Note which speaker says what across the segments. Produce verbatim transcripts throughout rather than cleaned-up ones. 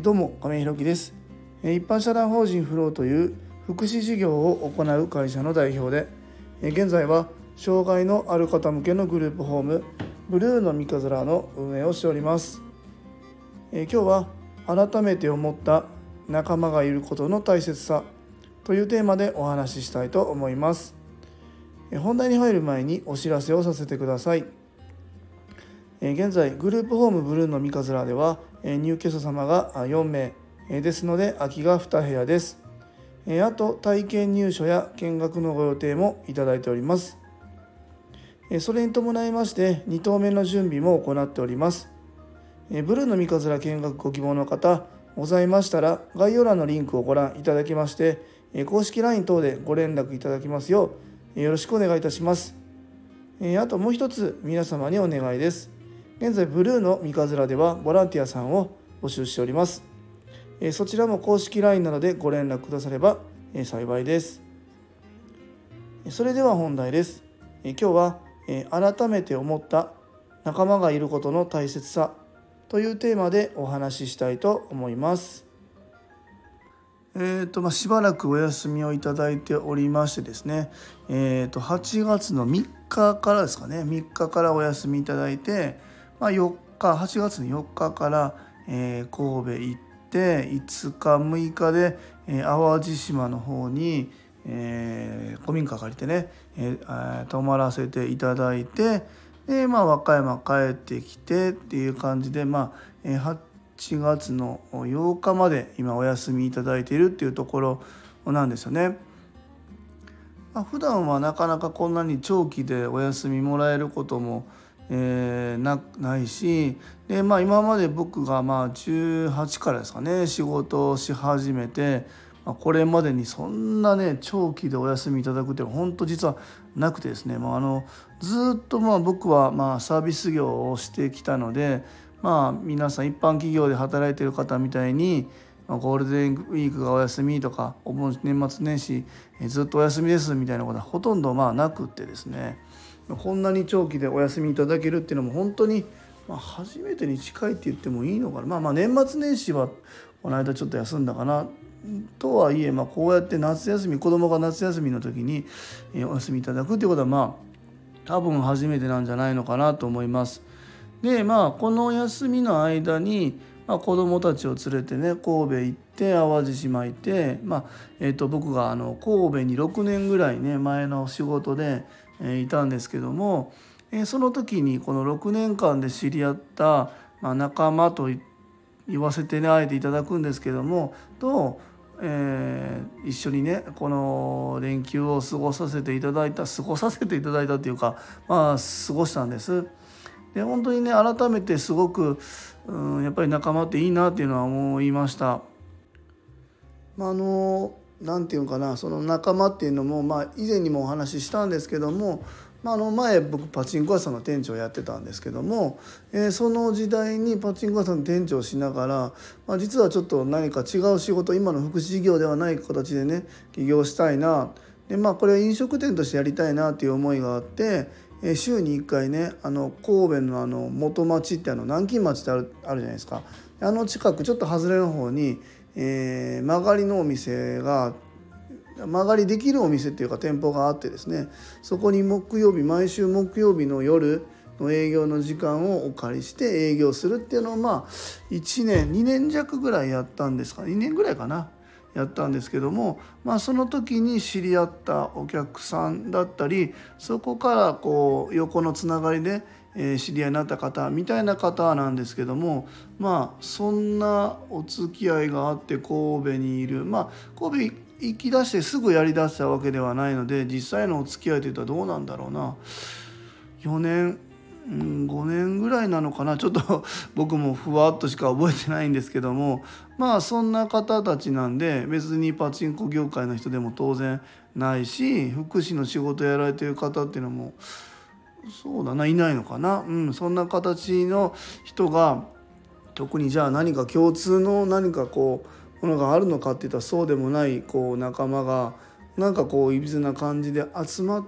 Speaker 1: どうも亀井ひろきです。一般社団法人フローという福祉事業を行う会社の代表で、現在は障害のある方向けのグループホームブルーの三日面の運営をしております。今日は改めて思った仲間がいることの大切さというテーマでお話ししたいと思います。本題に入る前にお知らせをさせてください。現在グループホームブルーの三日面では入居者様がよんめいですので空きがに部屋です。あと体験入所や見学のご予定もいただいております。それに伴いましてに棟目の準備も行っております。ブルーの三日面見学ご希望の方ございましたら概要欄のリンクをご覧いただきまして公式 ライン 等でご連絡いただきますようよろしくお願いいたします。あともう一つ皆様にお願いです。現在ブルーの三日面ではボランティアさんを募集しております。そちらも公式 ライン などでご連絡くだされば幸いです。それでは本題です。今日は改めて思った仲間がいることの大切さというテーマでお話ししたいと思います。えーとまあ、しばらくお休みをいただいておりましてですね、えーとはちがつのみっかからですかねみっかからお休みいただいて、まあ、よっかはちがつのよっかから、えー、神戸行っていつかむいかで、えー、淡路島の方に、えー、古民家借りてね、えー、泊まらせていただいてで、まあ、和歌山帰ってきてっていう感じで、まあえー、はちがつのようかまで今お休みいただいているっていうところなんですよね。まあ、普段はなかなかこんなに長期でお休みもらえることも、えー、な, ないしで、まあ、今まで僕がまあじゅうはちからですかね仕事をし始めて、まあ、これまでにそんなね長期でお休みいただくって本当実はなくてですね、まあ、あのずっとまあ僕はまあサービス業をしてきたので、まあ、皆さん一般企業で働いている方みたいにゴールデンウィークがお休みとかお盆年末年始ずっとお休みですみたいなことはほとんどまあなくってですね、こんなに長期でお休みいただけるっていうのも本当にまあ初めてに近いって言ってもいいのかな。まあまあ年末年始はこの間ちょっと休んだかなとはいえ、まあこうやって夏休み子供が夏休みの時にお休みいただくっていうことはまあ多分初めてなんじゃないのかなと思います。でまあこの休みの間にまあ、子どもたちを連れてね神戸行って淡路島行って、まあえー、と僕があの神戸にろくねんぐらいね前の仕事で、えー、いたんですけども、えー、その時にこのろくねんかんで知り合った、まあ、仲間と言わせてねあえていただくんですけどもと、えー、一緒にねこの連休を過ごさせていただいた過ごさせていただいたっていうか、まあ、過ごしたんです。で本当にね改めてすごく、うん、やっぱり仲間っていいなっていうのは思いました。まあ、あのなんていうかなその仲間っていうのも、まあ、以前にもお話ししたんですけども、まあ、あの前僕パチンコ屋さんの店長やってたんですけども、えー、その時代にパチンコ屋さんの店長をしながら、まあ、実はちょっと何か違う仕事今の福祉事業ではない形でね起業したいなで、まあ、これは飲食店としてやりたいなっていう思いがあって週にいっかいねあの神戸のあの元町ってあの南京町ってある、あるじゃないですか。あの近くちょっと外れの方に、えー、曲がりのお店が曲がりできるお店っていうか店舗があってですねそこに木曜日毎週木曜日の夜の営業の時間をお借りして営業するっていうのをまあいちねんにねん弱ぐらいやったんですかにねんぐらいかなやったんですけども、まあ、その時に知り合ったお客さんだったりそこからこう横のつながりで知り合いになった方みたいな方なんですけども、まあそんなお付き合いがあって神戸にいるまあ神戸行き出してすぐやりだしたわけではないので実際のお付き合いといったらどうなんだろうなよねんごねんぐらいなのかなちょっと僕もふわっとしか覚えてないんですけどもまあそんな方たちなんで別にパチンコ業界の人でも当然ないし福祉の仕事やられてる方っていうのもそうだないないのかな、うん、そんな形の人が特にじゃあ何か共通の何かこうものがあるのかっていったらそうでもないこう仲間がなんかこういびつな感じで集まって、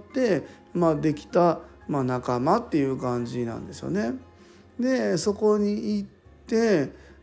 Speaker 1: まあ、できたまあ、仲間っていう感じなんですよね。でそこに行って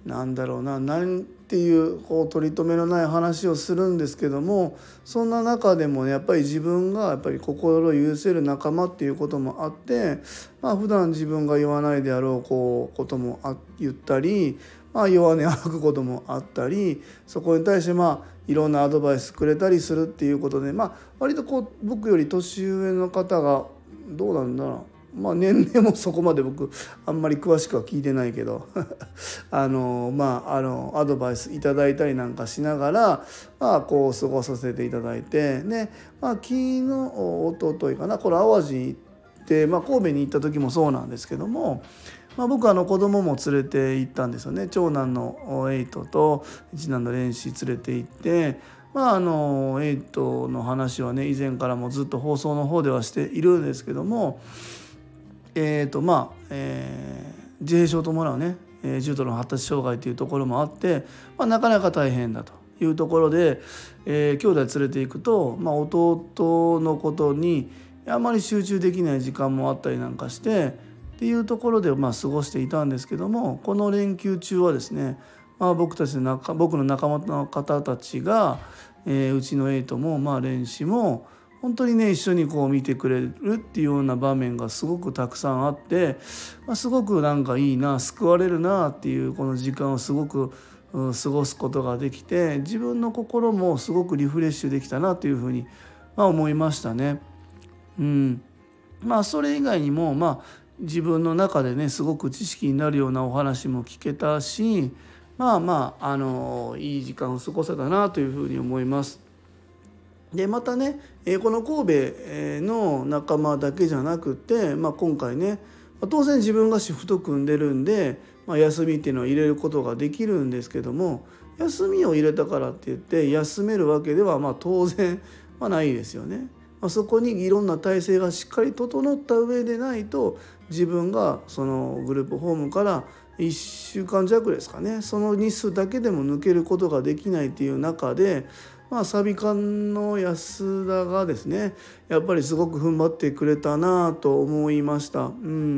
Speaker 1: なんだろうななんていうこう取り留めのない話をするんですけども、そんな中でもねやっぱり自分がやっぱり心を許せる仲間っていうこともあって、まあ普段自分が言わないであろうこうこともあ言ったり、まあ、弱音を吐くこともあったり、そこに対してまあいろんなアドバイスくれたりするっていうことで、まあ割とこう僕より年上の方がどうなんだろう、まあ、年齢もそこまで僕あんまり詳しくは聞いてないけどあのまああのアドバイスいただいたりなんかしながら、まあ、こう過ごさせていただいて、で、まあ、昨日一昨日かな、これ淡路行って、まあ、神戸に行った時もそうなんですけども、まあ、僕はあの子供も連れて行ったんですよね。長男のエイトと次男の練習連れて行って、まあ、あのエイトの話はね以前からもずっと放送の方ではしているんですけども、えーとまあえー、自閉症を伴うね重度の発達障害というところもあって、まあ、なかなか大変だというところで、えー、兄弟連れていくと、まあ、弟のことにあまり集中できない時間もあったりなんかしてっていうところでまあ過ごしていたんですけども、この連休中はですね、まあ、僕たちの仲僕の仲間の方たちが、えー、うちのエイトもまあ練習も本当にね一緒にこう見てくれるっていうような場面がすごくたくさんあって、まあ、すごくなんかいいな、救われるなっていうこの時間をすごく過ごすことができて、自分の心もすごくリフレッシュできたなというふうにまあ思いましたね。うん、まあそれ以外にもまあ自分の中でねすごく知識になるようなお話も聞けたし、まあまああのいい時間を過ごせたなというふうに思います。でまたねこの神戸の仲間だけじゃなくて、まあ、今回ね当然自分がシフト組んでるんで、まあ、休みっていうのを入れることができるんですけども、休みを入れたからって言って休めるわけではまあ当然まあないですよね。まあ、そこにいろんな体制がしっかり整った上でないと、自分がそのグループホームからいっしゅうかん弱ですかね、その日数だけでも抜けることができないっていう中で、まあ、サビ館の安田がですねやっぱりすごく踏ん張ってくれたなと思いました。うん、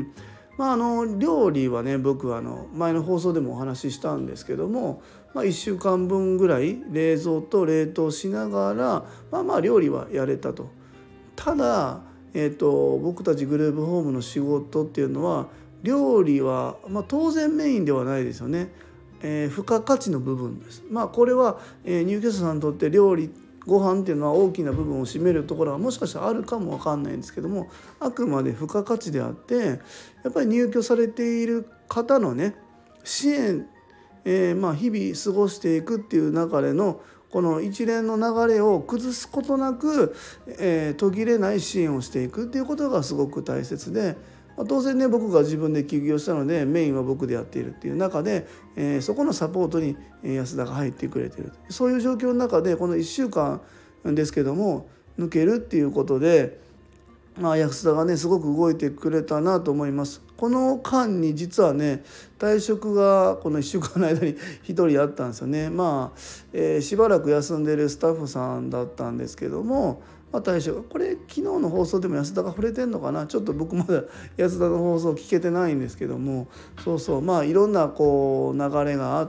Speaker 1: まあ、あの料理はね僕あの前の放送でもお話ししたんですけども、まあ、いっしゅうかんぶんぐらい冷蔵と冷凍しながらまあまあ料理はやれたと。ただ、えーと、僕たちグループホームの仕事っていうのは料理は、まあ、当然メインではないですよね。えー、付加価値の部分です。まあこれは、えー、入居者さんにとって料理ご飯っていうのは大きな部分を占めるところはもしかしたらあるかもわかんないんですけども、あくまで付加価値であって、やっぱり入居されている方のね支援、えー、まあ日々過ごしていくっていう中でのこの一連の流れを崩すことなく、えー、途切れない支援をしていくっていうことがすごく大切で、当然ね僕が自分で起業したのでメインは僕でやっているっていう中で、えー、そこのサポートに安田が入ってくれている、そういう状況の中でこのいっしゅうかんですけども抜けるっていうことで、まあ、安田がねすごく動いてくれたなと思います。この間に実はね退職がこのいっしゅうかんの間にひとりあったんですよね。まあ、えー、しばらく休んでるスタッフさんだったんですけども、まあ、退職これ昨日の放送でも安田が触れてんのかな、ちょっと僕まだ安田の放送聞けてないんですけども、そうそうまあいろんなこう流れがあって、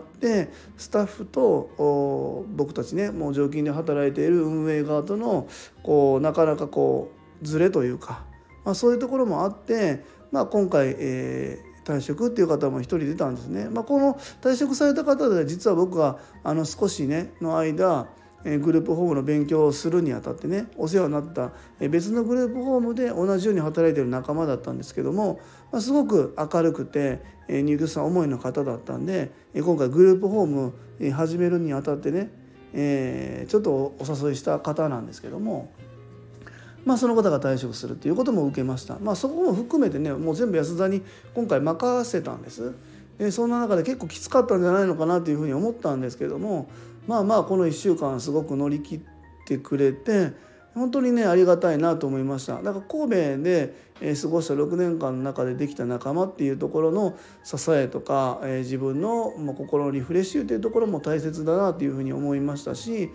Speaker 1: スタッフと僕たちねもう常勤で働いている運営側とのこうなかなかこうズレというか、まあ、そういうところもあって、まあ、今回、えー、退職っていう方も一人出たんですね。まあ、この退職された方で実は僕があの少しねの間グループホームの勉強をするにあたってねお世話になった別のグループホームで同じように働いている仲間だったんですけども、まあ、すごく明るくて入居者さん思いの方だったんで、今回グループホーム始めるにあたってね、えー、ちょっとお誘いした方なんですけども、まあ、その方が退職するということも受けました。まあ、そこも含めてねもう全部安田に今回任せたんです。でそんな中で結構きつかったんじゃないのかなというふうに思ったんですけども、まあまあこのいっしゅうかんすごく乗り切ってくれて本当にねありがたいなと思いました。だから神戸で過ごしたろくねんかんの中でできた仲間っていうところの支えとか、自分の心のリフレッシュというところも大切だなというふうに思いましたし、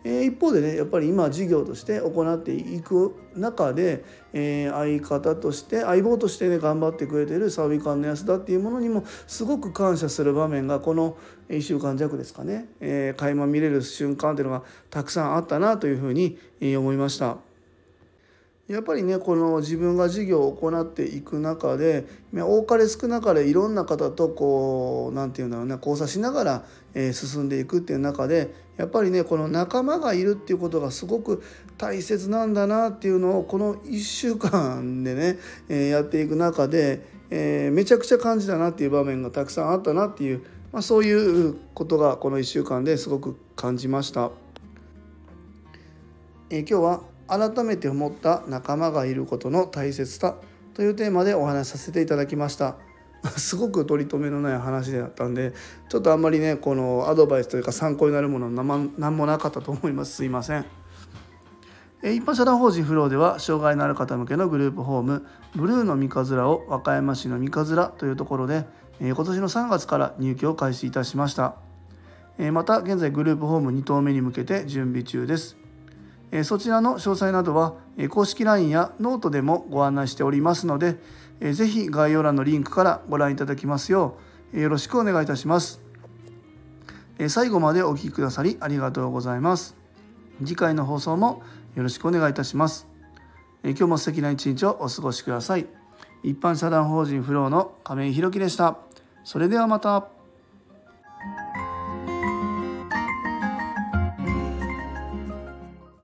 Speaker 1: えー、一方でねやっぱり今事業として行っていく中で、えー、相方として相棒としてね頑張ってくれているサービカンの安田っていうものにもすごく感謝する場面がこのいっしゅうかん弱ですかね、えー、垣間見れる瞬間っていうのがたくさんあったなというふうに思いました。やっぱりねこの自分が事業を行っていく中で多かれ少なかれいろんな方とこうなんていうんだろうね交差しながら、えー、進んでいくっていう中でやっぱりねこの仲間がいるっていうことがすごく大切なんだなっていうのをこのいっしゅうかんでね、えー、やっていく中で、えー、めちゃくちゃ感じたなっていう場面がたくさんあったなっていう、まあ、そういうことがこのいっしゅうかんですごく感じました。えー、今日は改めて思った仲間がいることの大切さというテーマでお話しさせていただきました。すごく取り留めのない話であったんでちょっとあんまりねこのアドバイスというか参考になるもの何もなかったと思います。すいません。一般社団法人フローでは障害のある方向けのグループホームブルーの三日面を和歌山市の三日面というところで今年のさんがつから入居を開始いたしました。また現在グループホームに棟目に向けて準備中です。そちらの詳細などは公式 ライン やノートでもご案内しておりますので、ぜひ概要欄のリンクからご覧いただきますようよろしくお願いいたします。最後までお聞きくださりありがとうございます。次回の放送もよろしくお願いいたします。今日も素敵な一日をお過ごしください。一般社団法人フローの亀井宏樹でした。それではまた。